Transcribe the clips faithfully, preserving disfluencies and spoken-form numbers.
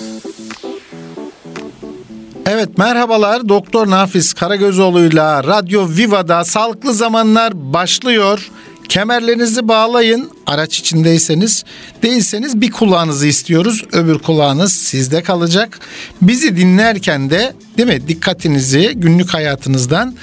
Evet, merhabalar. Doktor Nafiz Karagözoğlu'yla Radyo Viva'da Sağlıklı Zamanlar başlıyor. Kemerlerinizi bağlayın. Araç içindeyseniz, değilseniz bir kulağınızı istiyoruz. Öbür kulağınız sizde kalacak. Bizi dinlerken de, değil mi, dikkatinizi günlük hayatınızdan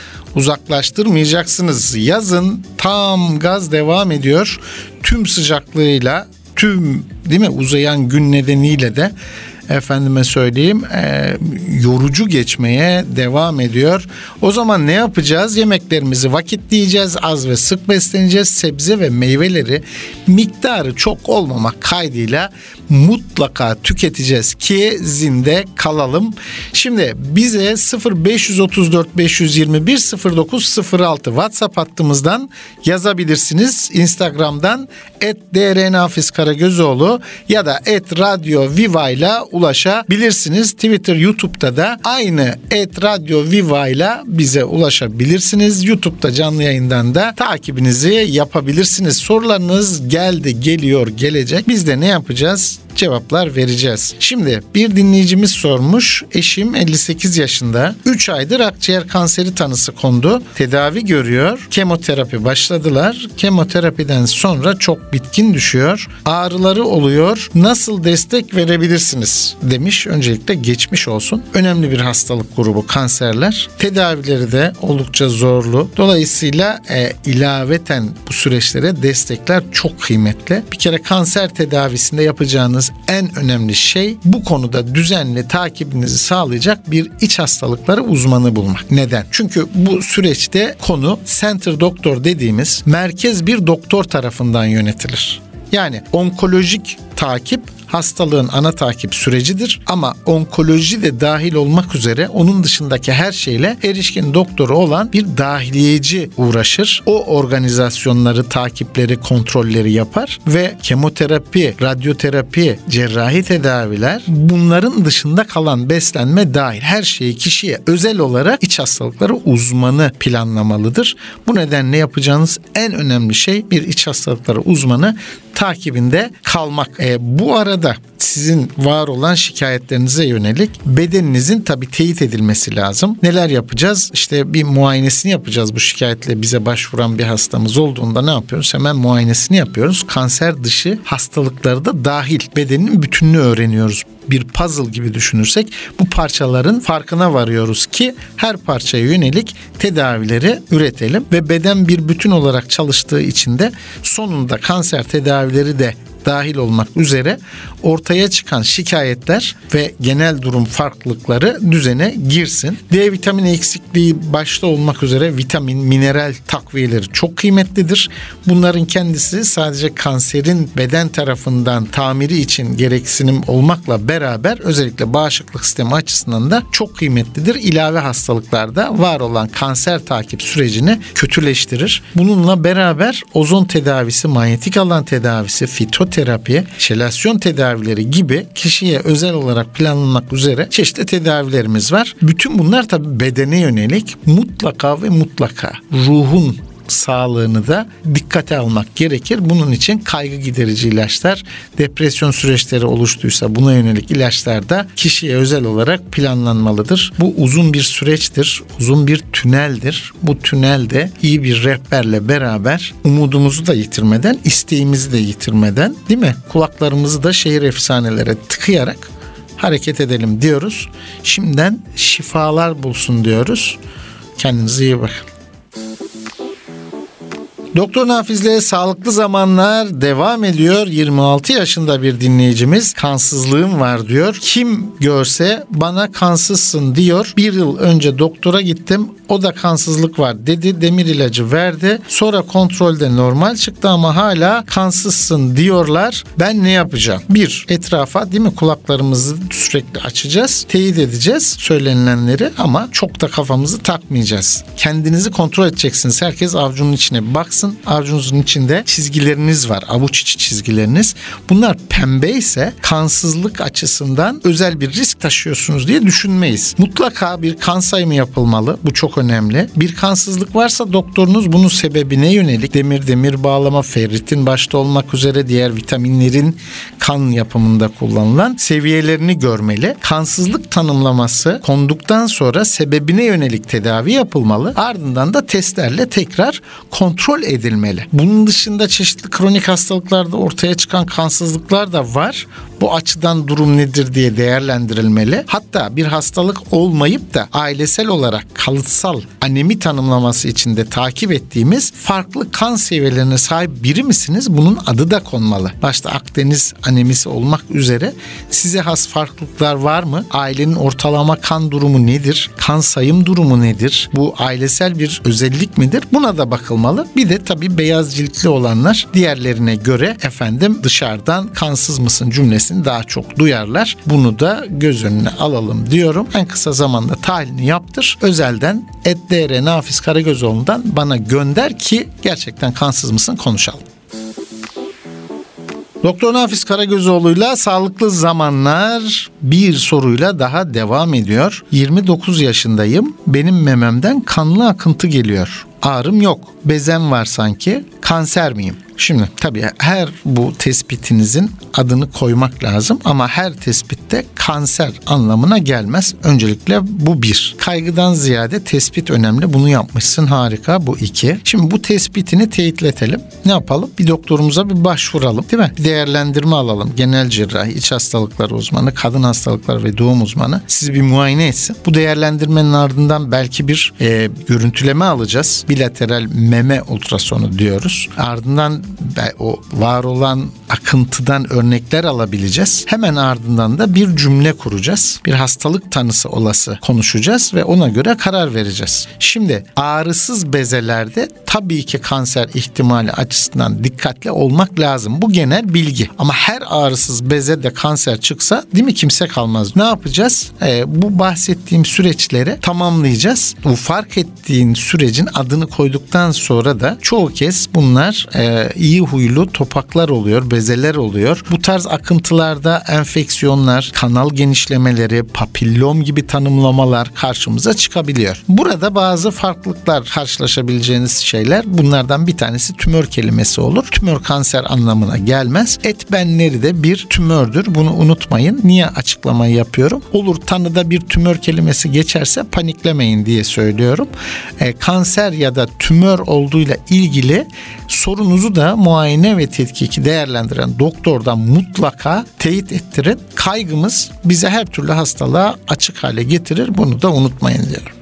uzaklaştırmayacaksınız. Yazın tam gaz devam ediyor. Tüm sıcaklığıyla, tüm, değil mi, uzayan gün nedeniyle de efendime söyleyeyim e, yorucu geçmeye devam ediyor. O zaman ne yapacağız? Yemeklerimizi vakitleyeceğiz, az ve sık besleneceğiz. Sebze ve meyveleri miktarı çok olmamak kaydıyla mutlaka tüketeceğiz ki zinde kalalım. Şimdi bize sıfır beş otuz dört beş yirmi bir sıfır dokuz sıfır altı WhatsApp hattımızdan yazabilirsiniz. Instagram'dan et drnafizkaragözoğlu ya da et radyo viva ile ulaşabilirsiniz. Twitter, YouTube'da da aynı et radyo viva ile bize ulaşabilirsiniz. YouTube'da canlı yayından da takibinizi yapabilirsiniz. Sorularınız geldi, geliyor, gelecek. Biz de ne yapacağız? Cevaplar vereceğiz. Şimdi bir dinleyicimiz sormuş. Eşim elli sekiz yaşında. üç aydır akciğer kanseri tanısı kondu. Tedavi görüyor. Kemoterapi başladılar. Kemoterapiden sonra çok bitkin düşüyor. Ağrıları oluyor. Nasıl destek verebilirsiniz? Demiş. Öncelikle geçmiş olsun. Önemli bir hastalık grubu kanserler. Tedavileri de oldukça zorlu. Dolayısıyla e, ilaveten bu süreçlere destekler çok kıymetli. Bir kere kanser tedavisinde yapacağınız en önemli şey bu konuda düzenli takibinizi sağlayacak bir iç hastalıkları uzmanı bulmak. Neden? Çünkü bu süreçte konu center doktor dediğimiz merkez bir doktor tarafından yönetilir. Yani onkolojik takip hastalığın ana takip sürecidir ama onkoloji de dahil olmak üzere onun dışındaki her şeyle erişkin doktoru olan bir dahiliyeci uğraşır. O organizasyonları, takipleri, kontrolleri yapar ve kemoterapi, radyoterapi, cerrahi tedaviler, bunların dışında kalan beslenme dahil her şeyi kişiye özel olarak iç hastalıkları uzmanı planlamalıdır. Bu nedenle yapacağınız en önemli şey bir iç hastalıkları uzmanı takibinde kalmak. E, bu arada sizin var olan şikayetlerinize yönelik bedeninizin tabii teyit edilmesi lazım. Neler yapacağız? İşte bir muayenesini yapacağız bu şikayetle bize başvuran bir hastamız olduğunda ne yapıyoruz? Hemen muayenesini yapıyoruz. Kanser dışı hastalıkları da dahil bedenin bütününü öğreniyoruz. Bir puzzle gibi düşünürsek bu parçaların farkına varıyoruz ki her parçaya yönelik tedavileri üretelim ve beden bir bütün olarak çalıştığı için de sonunda kanser tedavileri de dahil olmak üzere ortaya çıkan şikayetler ve genel durum farklılıkları düzene girsin. D vitamini eksikliği başta olmak üzere vitamin, mineral takviyeleri çok kıymetlidir. Bunların kendisi sadece kanserin beden tarafından tamiri için gereksinim olmakla beraber özellikle bağışıklık sistemi açısından da çok kıymetlidir. İlave hastalıklarda var olan kanser takip sürecini kötüleştirir. Bununla beraber ozon tedavisi, manyetik alan tedavisi, fitoterapi, şelasyon tedavileri gibi kişiye özel olarak planlanmak üzere çeşitli tedavilerimiz var. Bütün bunlar tabii bedene yönelik mutlaka ve mutlaka ruhun sağlığını da dikkate almak gerekir. Bunun için kaygı giderici ilaçlar, depresyon süreçleri oluştuysa buna yönelik ilaçlar da kişiye özel olarak planlanmalıdır. Bu uzun bir süreçtir, uzun bir tüneldir. Bu tünelde iyi bir rehberle beraber umudumuzu da yitirmeden, isteğimizi de yitirmeden, değil mi? Kulaklarımızı da şehir efsanelere tıkayarak hareket edelim diyoruz. Şimdiden şifalar bulsun diyoruz. Kendinize iyi bakın. Doktor Nafiz'le Sağlıklı Zamanlar devam ediyor. yirmi altı yaşında bir dinleyicimiz kansızlığım var diyor. Kim görse bana kansızsın diyor. Bir yıl önce doktora gittim. O da kansızlık var dedi. Demir ilacı verdi. Sonra kontrolde normal çıktı ama hala kansızsın diyorlar. Ben ne yapacağım? Bir, etrafa, değil mi, kulaklarımızı sürekli açacağız. Teyit edeceğiz söylenilenleri ama çok da kafamızı takmayacağız. Kendinizi kontrol edeceksiniz. Herkes avucunun içine baksın. Bakın avucunuzun içinde çizgileriniz var. Avuç içi çizgileriniz. Bunlar pembe ise kansızlık açısından özel bir risk taşıyorsunuz diye düşünmeyiz. Mutlaka bir kan sayımı yapılmalı. Bu çok önemli. Bir kansızlık varsa doktorunuz bunun sebebine yönelik demir, demir bağlama, ferritin başta olmak üzere diğer vitaminlerin kan yapımında kullanılan seviyelerini görmeli. Kansızlık tanımlaması konduktan sonra sebebine yönelik tedavi yapılmalı. Ardından da testlerle tekrar kontrol edilmeli. Bunun dışında çeşitli kronik hastalıklarda ortaya çıkan kansızlıklar da var. Bu açıdan durum nedir diye değerlendirilmeli. Hatta bir hastalık olmayıp da ailesel olarak kalıtsal anemi tanımlaması içinde takip ettiğimiz farklı kan seviyelerine sahip biri misiniz? Bunun adı da konmalı. Başta Akdeniz anemisi olmak üzere size has farklılıklar var mı? Ailenin ortalama kan durumu nedir? Kan sayım durumu nedir? Bu ailesel bir özellik midir? Buna da bakılmalı. Bir de tabii beyaz ciltli olanlar diğerlerine göre efendim dışarıdan kansız mısın cümlesi daha çok duyarlar. Bunu da göz önüne alalım diyorum. En kısa zamanda tahlilini yaptır. Özelden et d r Nafiz Karagözoğlu'ndan bana gönder ki gerçekten kansız mısın konuşalım. Doktor Nafiz Karagözoğlu'yla Sağlıklı Zamanlar bir soruyla daha devam ediyor. yirmi dokuz yaşındayım. Benim mememden kanlı akıntı geliyor. Ağrım yok. Bezem var sanki. Kanser miyim? Şimdi tabii her bu tespitinizin adını koymak lazım ama her tespitte kanser anlamına gelmez. Öncelikle bu bir. Kaygıdan ziyade tespit önemli. Bunu yapmışsın, harika. Bu iki. Şimdi bu tespitini teyitletelim. Ne yapalım? Bir doktorumuza bir başvuralım, değil mi? Bir değerlendirme alalım. Genel cerrahi, iç hastalıklar uzmanı, kadın hastalıkları ve doğum uzmanı sizi bir muayene etsin. Bu değerlendirmenin ardından belki bir e, görüntüleme alacağız. Bilateral meme ultrasonu diyoruz. Ardından o var olan akıntıdan örnekler alabileceğiz. Hemen ardından da bir cümle kuracağız. Bir hastalık tanısı olası konuşacağız ve ona göre karar vereceğiz. Şimdi ağrısız bezelerde tabii ki kanser ihtimali açısından dikkatli olmak lazım. Bu genel bilgi. Ama her ağrısız bezede kanser çıksa değil mi kimse kalmaz. Ne yapacağız? Ee, bu bahsettiğim süreçleri tamamlayacağız. Bu fark ettiğin sürecin adını koyduktan sonra da çoğu kez bunlar e, iyi huylu topaklar oluyor, bezeler oluyor. Bu tarz akıntılarda enfeksiyonlar, kanal genişlemeleri, papillom gibi tanımlamalar karşımıza çıkabiliyor. Burada bazı farklılıklar karşılaşabileceğiniz şeyler. Bunlardan bir tanesi tümör kelimesi olur. Tümör kanser anlamına gelmez. Etbenleri de bir tümördür. Bunu unutmayın. Niye açıklamayı yapıyorum? Olur tanıda bir tümör kelimesi geçerse paniklemeyin diye söylüyorum. E, kanser ya da tümör olduğuyla ilgili sorunuzu da muayene ve tetkiki değerlendiren doktordan mutlaka teyit ettirin. Kaygımız bize her türlü hastalığa açık hale getirir. Bunu da unutmayın diyorum.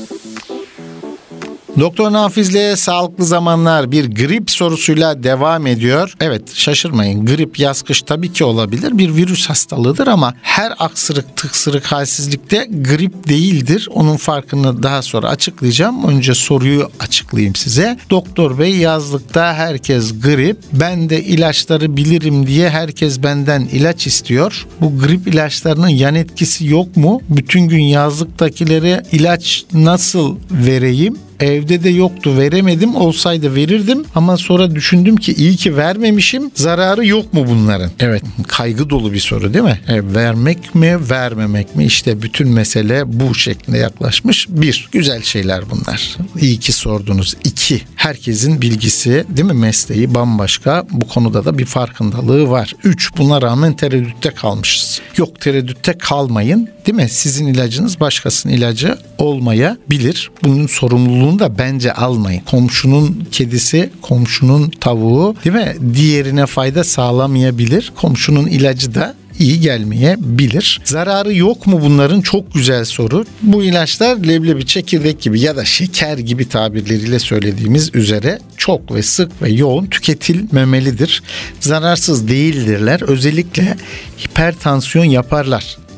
Doktor Nafiz'le Sağlıklı Zamanlar bir grip sorusuyla devam ediyor. Evet, şaşırmayın. Grip yaz kış tabii ki olabilir. Bir virüs hastalığıdır ama her aksırık tıksırık halsizlikte grip değildir. Onun farkını daha sonra açıklayacağım. Önce soruyu açıklayayım size. Doktor bey, yazlıkta herkes grip. Ben de ilaçları bilirim diye herkes benden ilaç istiyor. Bu grip ilaçlarının yan etkisi yok mu? Bütün gün yazlıktakilere ilaç nasıl vereyim? Evde de yoktu, veremedim, olsaydı verirdim ama sonra düşündüm ki iyi ki vermemişim, zararı yok mu bunların? Evet, kaygı dolu bir soru değil mi? E, vermek mi, vermemek mi? İşte bütün mesele bu şeklinde yaklaşmış. Bir, güzel şeyler bunlar. İyi ki sordunuz. İki, herkesin bilgisi değil mi? Mesleği bambaşka. Bu konuda da bir farkındalığı var. Üç, buna rağmen tereddütte kalmışız. Yok, tereddütte kalmayın değil mi? Sizin ilacınız başkasının ilacı olmayabilir. Bunun sorumluluğunu da bence almayın. Komşunun kedisi, komşunun tavuğu değil mi? Diğerine fayda sağlamayabilir. Komşunun ilacı da iyi gelmeyebilir. Zararı yok mu bunların? Çok güzel soru. Bu ilaçlar leblebi, çekirdek gibi ya da şeker gibi tabirleriyle söylediğimiz üzere çok ve sık ve yoğun tüketilmemelidir. Zararsız değildirler. Özellikle hipertansiyon yaparlar.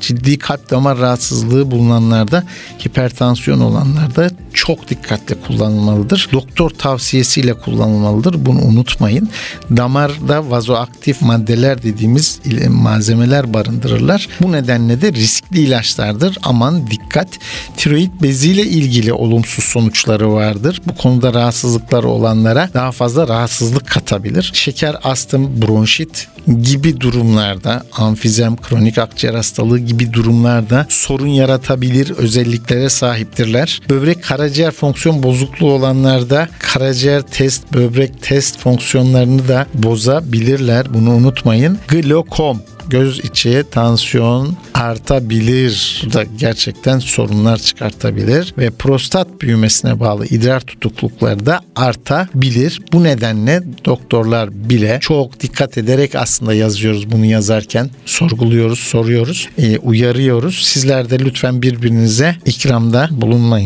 ciddi kalp damar rahatsızlığı bulunanlarda, hipertansiyon olanlarda çok dikkatli kullanılmalıdır. Doktor tavsiyesiyle kullanılmalıdır. Bunu unutmayın. Damarda vazoaktif maddeler dediğimiz malzemeler barındırırlar. Bu nedenle de riskli ilaçlardır. Aman dikkat. Tiroid beziyle ilgili olumsuz sonuçları vardır. Bu konuda rahatsızlıkları olanlara daha fazla rahatsızlık katabilir. Şeker, astım, bronşit gibi durumlarda, amfizem, kronik akciğer hastalığı gibi durumlarda sorun yaratabilir özelliklere sahiptirler. Böbrek karaciğer fonksiyon bozukluğu olanlarda karaciğer test, böbrek test fonksiyonlarını da bozabilirler. Bunu unutmayın. Glokom, göz içi tansiyon artabilir. Bu da gerçekten sorunlar çıkartabilir ve prostat büyümesine bağlı idrar tutuklukları da artabilir. Bu nedenle doktorlar bile çok dikkat ederek aslında yazıyoruz bunu yazarken. Sorguluyoruz, soruyoruz, e, uyarıyoruz. Sizler de lütfen birbirinize ikramda bulunmayın.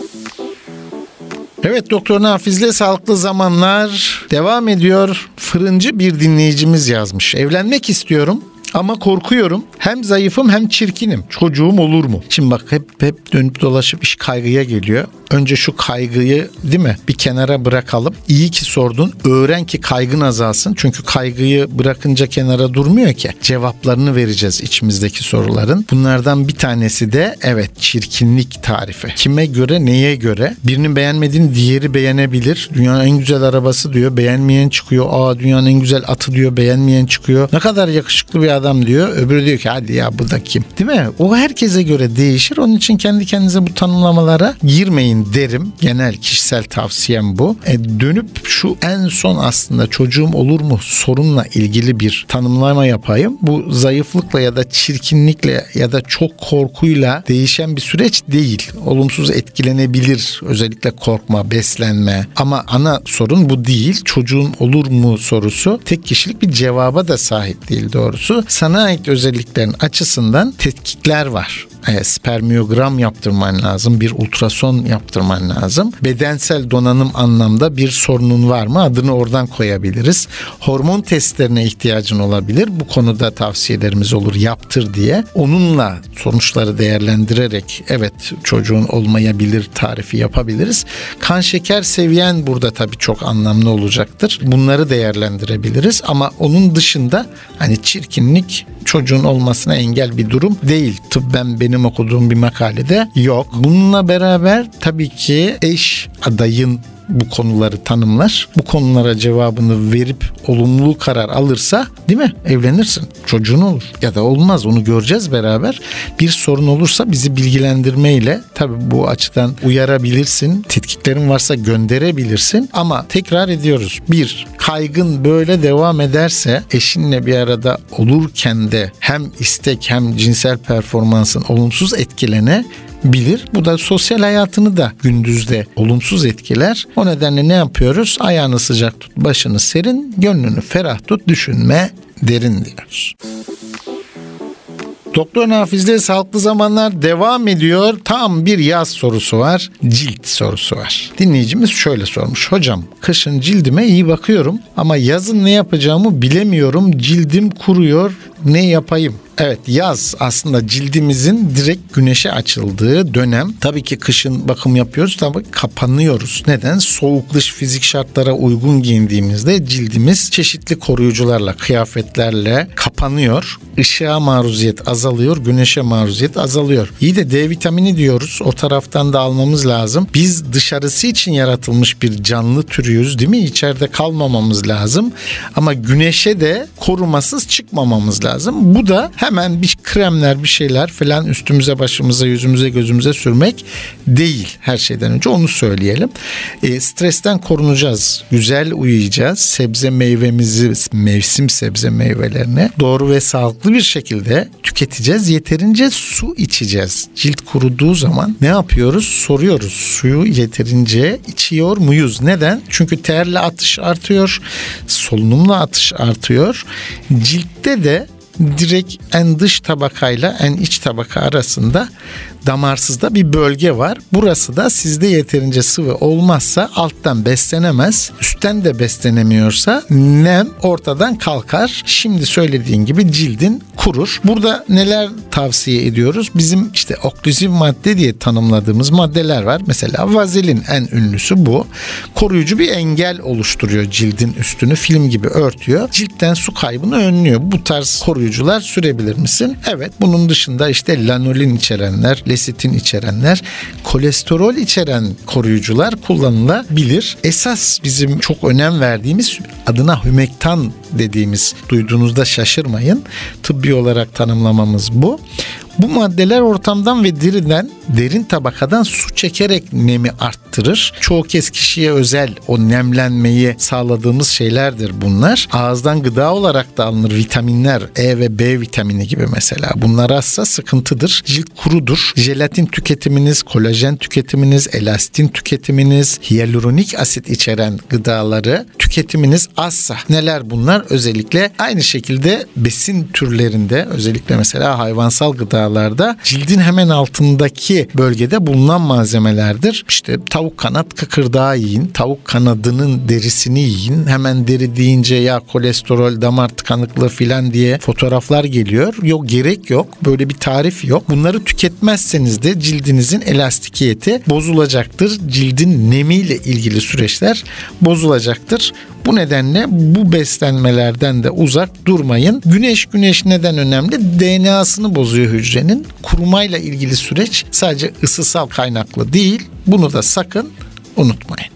Evet, Doktor Nafiz'le Sağlıklı Zamanlar devam ediyor. Fırıncı bir dinleyicimiz yazmış. Evlenmek istiyorum ama korkuyorum. Hem zayıfım hem çirkinim. Çocuğum olur mu? Şimdi bak hep hep dönüp dolaşıp iş kaygıya geliyor. Önce şu kaygıyı değil mi bir kenara bırakalım. İyi ki sordun. Öğren ki kaygın azalsın. Çünkü kaygıyı bırakınca kenara durmuyor ki. Cevaplarını vereceğiz içimizdeki soruların. Bunlardan bir tanesi de evet çirkinlik tarifi. Kime göre, neye göre? Birinin beğenmediğini diğeri beğenebilir. Dünyanın en güzel arabası diyor. Beğenmeyen çıkıyor. Aa dünyanın en güzel atı diyor. Beğenmeyen çıkıyor. Ne kadar yakışıklı bir adam diyor. Öbürü diyor ki hadi ya bu da kim? Değil mi? O herkese göre değişir. Onun için kendi kendinize bu tanımlamalara girmeyin derim. Genel kişisel tavsiyem bu. E, dönüp şu en son aslında çocuğum olur mu sorunla ilgili bir tanımlama yapayım. Bu zayıflıkla ya da çirkinlikle ya da çok korkuyla değişen bir süreç değil. Olumsuz etkilenebilir. Özellikle korkma, beslenme. Ama ana sorun bu değil. Çocuğun olur mu sorusu tek kişilik bir cevaba da sahip değil doğrusu. Sana ait özelliklerin açısından tetkikler var. E, spermiyogram yaptırman lazım, bir ultrason yaptırman lazım. Bedensel donanım anlamda bir sorunun var mı? Adını oradan koyabiliriz. Hormon testlerine ihtiyacın olabilir. Bu konuda tavsiyelerimiz olur yaptır diye. Onunla sonuçları değerlendirerek evet çocuğun olmayabilir tarifi yapabiliriz. Kan şeker seviyen burada tabii çok anlamlı olacaktır. Bunları değerlendirebiliriz ama onun dışında hani çirkinlik çocuğun olmasına engel bir durum değil. Tıbben benim okuduğum bir makalede yok. Bununla beraber tabii ki eş adayın bu konuları tanımlar. Bu konulara cevabını verip olumlu karar alırsa değil mi? Evlenirsin. Çocuğun olur. Ya da olmaz. Onu göreceğiz beraber. Bir sorun olursa bizi bilgilendirmeyle tabii bu açıdan uyarabilirsin. Tetkiklerin varsa gönderebilirsin. Ama tekrar ediyoruz. Bir, kaygın böyle devam ederse eşinle bir arada olurken de hem istek hem cinsel performansın olumsuz etkilene bilir. Bu da sosyal hayatını da gündüzde olumsuz etkiler. O nedenle ne yapıyoruz? Ayağını sıcak tut, başını serin, gönlünü ferah tut, düşünme derin diyoruz. Doktor Nafiz'de Sağlıklı Zamanlar devam ediyor. Tam bir yaz sorusu var. Cilt sorusu var. Dinleyicimiz şöyle sormuş. Hocam kışın cildime iyi bakıyorum ama yazın ne yapacağımı bilemiyorum. Cildim kuruyor. Ne yapayım? Evet, yaz aslında cildimizin direkt güneşe açıldığı dönem. Tabii ki kışın bakım yapıyoruz ama kapanıyoruz. Neden? Soğuk dış fizik şartlara uygun giyindiğimizde cildimiz çeşitli koruyucularla, kıyafetlerle kapanıyor. Işığa maruziyet azalıyor, güneşe maruziyet azalıyor. İyi de D vitamini diyoruz. O taraftan da almamız lazım. Biz dışarısı için yaratılmış bir canlı türüyüz, değil mi? İçeride kalmamamız lazım. Ama güneşe de korumasız çıkmamamız lazım. Bu da hemen bir kremler, bir şeyler falan üstümüze, başımıza, yüzümüze, gözümüze sürmek değil. Her şeyden önce onu söyleyelim. E, stresten korunacağız. Güzel uyuyacağız. Sebze meyvemizi, mevsim sebze meyvelerini doğru ve sağlıklı bir şekilde tüketeceğiz. Yeterince su içeceğiz. Cilt kuruduğu zaman ne yapıyoruz? Soruyoruz. Suyu yeterince içiyor muyuz? Neden? Çünkü terle atış artıyor. Solunumla atış artıyor. Ciltte de direkt en dış tabakayla en iç tabaka arasında damarsızda bir bölge var. Burası da sizde yeterince sıvı olmazsa alttan beslenemez. Üstten de beslenemiyorsa nem ortadan kalkar. Şimdi söylediğin gibi cildin kurur. Burada neler tavsiye ediyoruz? Bizim işte oklüzif madde diye tanımladığımız maddeler var. Mesela vazelin en ünlüsü bu. Koruyucu bir engel oluşturuyor cildin üstünü. Film gibi örtüyor. Ciltten su kaybını önlüyor. Bu tarz koruyucular sürebilir misin? Evet. Bunun dışında işte lanolin içerenler, lesitin içerenler, kolesterol içeren koruyucular kullanılabilir. Esas bizim çok önem verdiğimiz adına hümektan dediğimiz, duyduğunuzda şaşırmayın. Tıbbi olarak tanımlamamız bu. Bu maddeler ortamdan ve deriden, derin tabakadan su çekerek nemi arttırır. Çoğu kez kişiye özel o nemlenmeyi sağladığımız şeylerdir bunlar. Ağızdan gıda olarak da alınır vitaminler, E ve B vitamini gibi mesela. Bunlar azsa sıkıntıdır. Cilt kurudur. Jelatin tüketiminiz, kolajen tüketiminiz, elastin tüketiminiz, hyaluronik asit içeren gıdaları tüketiminiz azsa. Neler bunlar? Özellikle aynı şekilde besin türlerinde, özellikle mesela hayvansal gıda cildin hemen altındaki bölgede bulunan malzemelerdir. İşte tavuk kanat kıkırdağı yiyin, tavuk kanadının derisini yiyin. Hemen deri deyince ya kolesterol, damar tıkanıklığı filan diye fotoğraflar geliyor. Yok, gerek yok. Böyle bir tarif yok. Bunları tüketmezseniz de cildinizin elastikiyeti bozulacaktır. Cildin nemiyle ilgili süreçler bozulacaktır. Bu nedenle bu beslenmelerden de uzak durmayın. Güneş güneş neden önemli? D N A'sını bozuyor hücrenin. Kurumayla ilgili süreç sadece ısısal kaynaklı değil. Bunu da sakın unutmayın.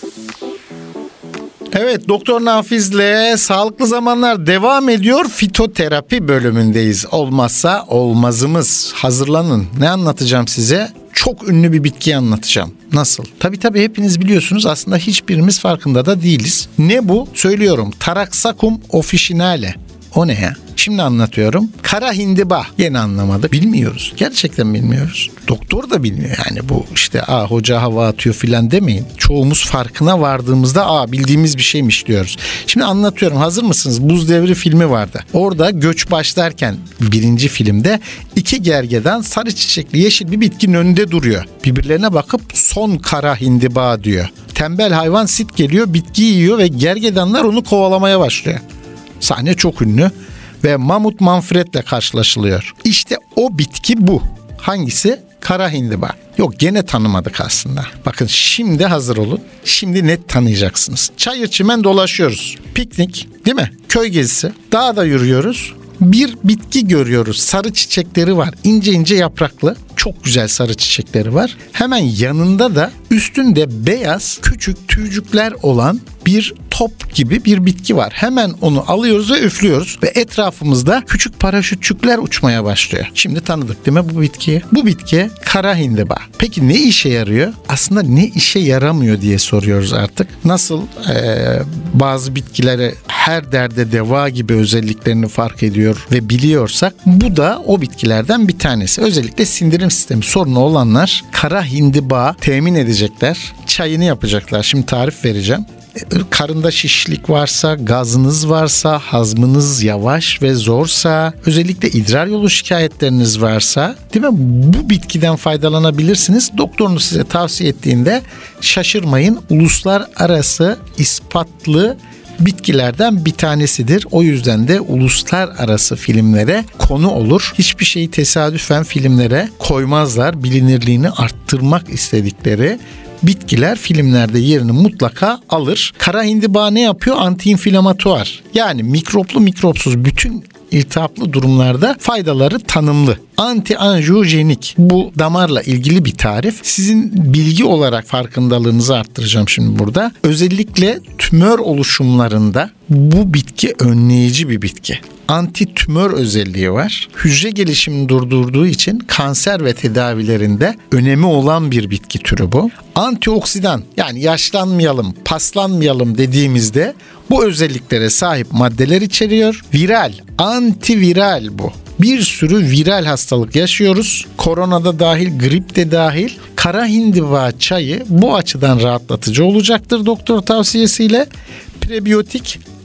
Evet, Doktor Nafiz'le Sağlıklı Zamanlar devam ediyor. Fitoterapi bölümündeyiz. Olmazsa olmazımız. Hazırlanın. Ne anlatacağım size? Çok ünlü bir bitkiyi anlatacağım. Nasıl? Tabii tabii hepiniz biliyorsunuz, aslında hiçbirimiz farkında da değiliz. Ne bu? Söylüyorum. Taraxacum officinale. O ne ya? Şimdi anlatıyorum. Kara hindiba. Yine anlamadık. Bilmiyoruz. Gerçekten bilmiyoruz. Doktor da bilmiyor yani, bu işte aa hoca hava atıyor filan demeyin. Çoğumuz farkına vardığımızda aa bildiğimiz bir şeymiş diyoruz. Şimdi anlatıyorum. Hazır mısınız? Buz Devri filmi vardı. Orada göç başlarken birinci filmde iki gergedan sarı çiçekli yeşil bir bitkinin önünde duruyor. Birbirlerine bakıp son kara hindiba diyor. Tembel hayvan sit geliyor, bitkiyi yiyor ve gergedanlar onu kovalamaya başlıyor. Sahne çok ünlü ve Mamut Manfred'le karşılaşılıyor. İşte o bitki bu. Hangisi? Kara hindiba. Yok, gene tanımadık aslında. Bakın şimdi hazır olun. Şimdi net tanıyacaksınız. Çayır çimen dolaşıyoruz. Piknik, değil mi? Köy gezisi. Dağda yürüyoruz. Bir bitki görüyoruz. Sarı çiçekleri var. İnce ince yapraklı. Çok güzel sarı çiçekleri var. Hemen yanında da üstünde beyaz küçük tüycükler olan bir top gibi bir bitki var. Hemen onu alıyoruz ve üflüyoruz ve etrafımızda küçük paraşütçükler uçmaya başlıyor. Şimdi tanıdık değil mi bu bitkiyi? Bu bitki kara hindiba. Peki ne işe yarıyor? Aslında ne işe yaramıyor diye soruyoruz artık. Nasıl ee, bazı bitkilere her derde deva gibi özelliklerini fark ediyor ve biliyorsak, bu da o bitkilerden bir tanesi. Özellikle sindirim sistemi sorunu olanlar kara hindiba temin edecekler. Çayını yapacaklar. Şimdi tarif vereceğim. Karında şişlik varsa, gazınız varsa, hazmınız yavaş ve zorsa, özellikle idrar yolu şikayetleriniz varsa, değil mi? Bu bitkiden faydalanabilirsiniz. Doktorunuz size tavsiye ettiğinde şaşırmayın. Uluslararası ispatlı bitkilerden bir tanesidir. O yüzden de uluslararası filmlere konu olur. Hiçbir şeyi tesadüfen filmlere koymazlar. Bilinirliğini arttırmak istedikleri bitkiler filmlerde yerini mutlaka alır. Kara hindiba ne yapıyor? Antiinflamatuar. Yani mikroplu mikropsuz bütün iltihaplı durumlarda faydaları tanımlı. Anti-anjiyojenik, bu damarla ilgili bir tarif. Sizin bilgi olarak farkındalığınızı arttıracağım şimdi burada. Özellikle tümör oluşumlarında bu bitki önleyici bir bitki. Anti-tümör özelliği var. Hücre gelişimini durdurduğu için kanser ve tedavilerinde önemi olan bir bitki türü bu. Antioksidan, yani yaşlanmayalım, paslanmayalım dediğimizde bu özelliklere sahip maddeler içeriyor. Viral, antiviral bu. Bir sürü viral hastalık yaşıyoruz. Koronada dahil, grip de dahil. Kara hindiba çayı bu açıdan rahatlatıcı olacaktır doktor tavsiyesiyle. Prebiyotik,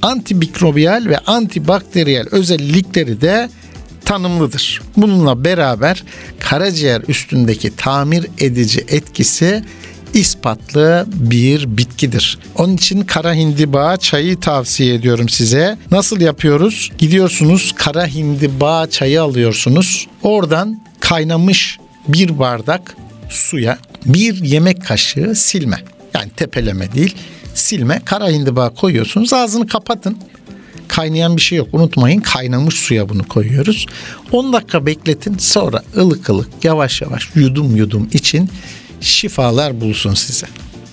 antimikrobiyal ve antibakteriyel özellikleri de tanımlıdır. Bununla beraber karaciğer üstündeki tamir edici etkisi ispatlı bir bitkidir. Onun için kara hindiba çayı tavsiye ediyorum size. Nasıl yapıyoruz? Gidiyorsunuz, kara hindiba çayı alıyorsunuz. Oradan kaynamış bir bardak suya bir yemek kaşığı silme. Yani tepeleme değil, silme. Kara hindiba koyuyorsunuz. Ağzını kapatın. Kaynayan bir şey yok. Unutmayın, kaynamış suya bunu koyuyoruz. on dakika bekletin. Sonra ılık ılık yavaş yavaş yudum yudum için şifalar bulsun size.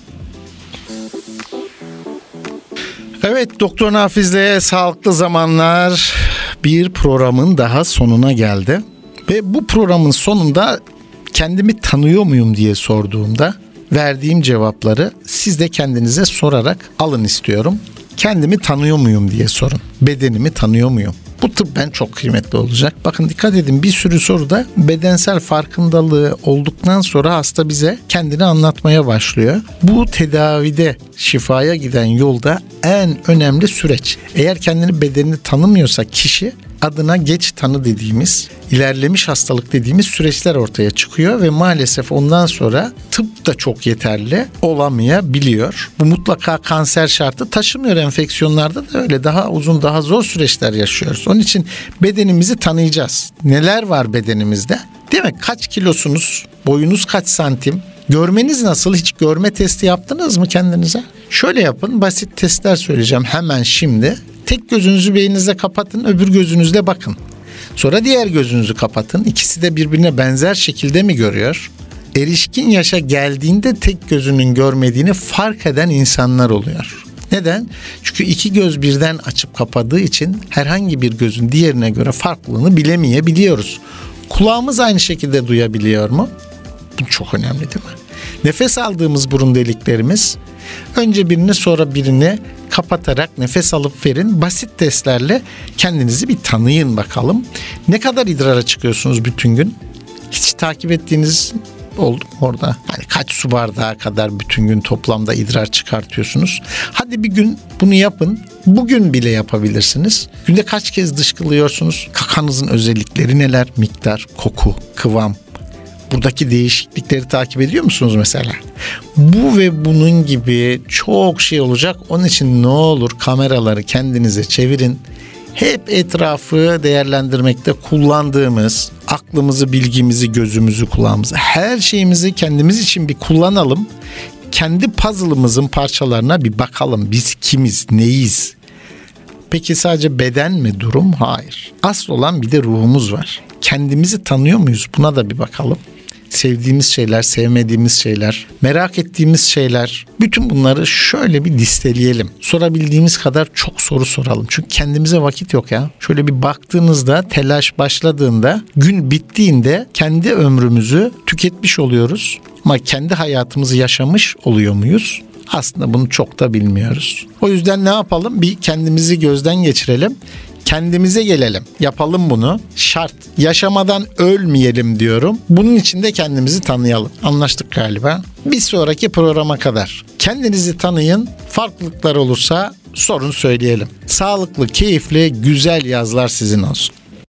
Evet, Doktor Nafiz'le Sağlıklı Zamanlar bir programın daha sonuna geldi. Ve bu programın sonunda kendimi tanıyor muyum diye sorduğumda verdiğim cevapları siz de kendinize sorarak alın istiyorum. Kendimi tanıyor muyum diye sorun. Bedenimi tanıyor muyum? Bu tıbben çok kıymetli olacak. Bakın dikkat edin, bir sürü soruda bedensel farkındalığı olduktan sonra hasta bize kendini anlatmaya başlıyor. Bu tedavide şifaya giden yolda en önemli süreç. Eğer kendini, bedenini tanımıyorsa kişi, adına geç tanı dediğimiz, ilerlemiş hastalık dediğimiz süreçler ortaya çıkıyor ve maalesef ondan sonra tıp da çok yeterli olamayabiliyor. Bu mutlaka kanser şartı taşımıyor, enfeksiyonlarda da öyle daha uzun, daha zor süreçler yaşıyoruz. Onun için bedenimizi tanıyacağız. Neler var bedenimizde? Değil mi? Kaç kilosunuz? Boyunuz kaç santim? Görmeniz nasıl? Hiç görme testi yaptınız mı kendinize? Şöyle yapın, basit testler söyleyeceğim hemen şimdi. Tek gözünüzü beyninizde kapatın, öbür gözünüzle bakın. Sonra diğer gözünüzü kapatın. İkisi de birbirine benzer şekilde mi görüyor? Erişkin yaşa geldiğinde tek gözünün görmediğini fark eden insanlar oluyor. Neden? Çünkü iki göz birden açıp kapadığı için herhangi bir gözün diğerine göre farklılığını bilemeyebiliyoruz. Kulağımız aynı şekilde duyabiliyor mu? Bu çok önemli değil mi? Nefes aldığımız burun deliklerimiz, önce birini sonra birini kapatarak nefes alıp verin. Basit testlerle kendinizi bir tanıyın bakalım. Ne kadar idrara çıkıyorsunuz bütün gün? Hiç takip ettiğiniz oldu mu orada? Hani kaç su bardağı kadar bütün gün toplamda idrar çıkartıyorsunuz? Hadi bir gün bunu yapın. Bugün bile yapabilirsiniz. Günde kaç kez dışkılıyorsunuz? Kakanızın özellikleri neler? Miktar, koku, kıvam. Buradaki değişiklikleri takip ediyor musunuz mesela? Bu ve bunun gibi çok şey olacak. Onun için ne olur kameraları kendinize çevirin. Hep etrafı değerlendirmekte kullandığımız, aklımızı, bilgimizi, gözümüzü, kulağımızı, her şeyimizi kendimiz için bir kullanalım. Kendi puzzle'ımızın parçalarına bir bakalım. Biz kimiz, neyiz? Peki sadece beden mi durum? Hayır. Asıl olan bir de ruhumuz var. Kendimizi tanıyor muyuz? Buna da bir bakalım. Sevdiğimiz şeyler, sevmediğimiz şeyler, merak ettiğimiz şeyler, bütün bunları şöyle bir listeleyelim. Sorabildiğimiz kadar çok soru soralım. Çünkü kendimize vakit yok ya. Şöyle bir baktığınızda, telaş başladığında, gün bittiğinde kendi ömrümüzü tüketmiş oluyoruz. Ama kendi hayatımızı yaşamış oluyor muyuz? Aslında bunu çok da bilmiyoruz. O yüzden ne yapalım? Bir kendimizi gözden geçirelim. Kendimize gelelim. Yapalım bunu. Şart. Yaşamadan ölmeyelim diyorum. Bunun için de kendimizi tanıyalım. Anlaştık galiba. Bir sonraki programa kadar kendinizi tanıyın. Farklılıklar olursa sorun söyleyelim. Sağlıklı, keyifli, güzel yazlar sizin olsun.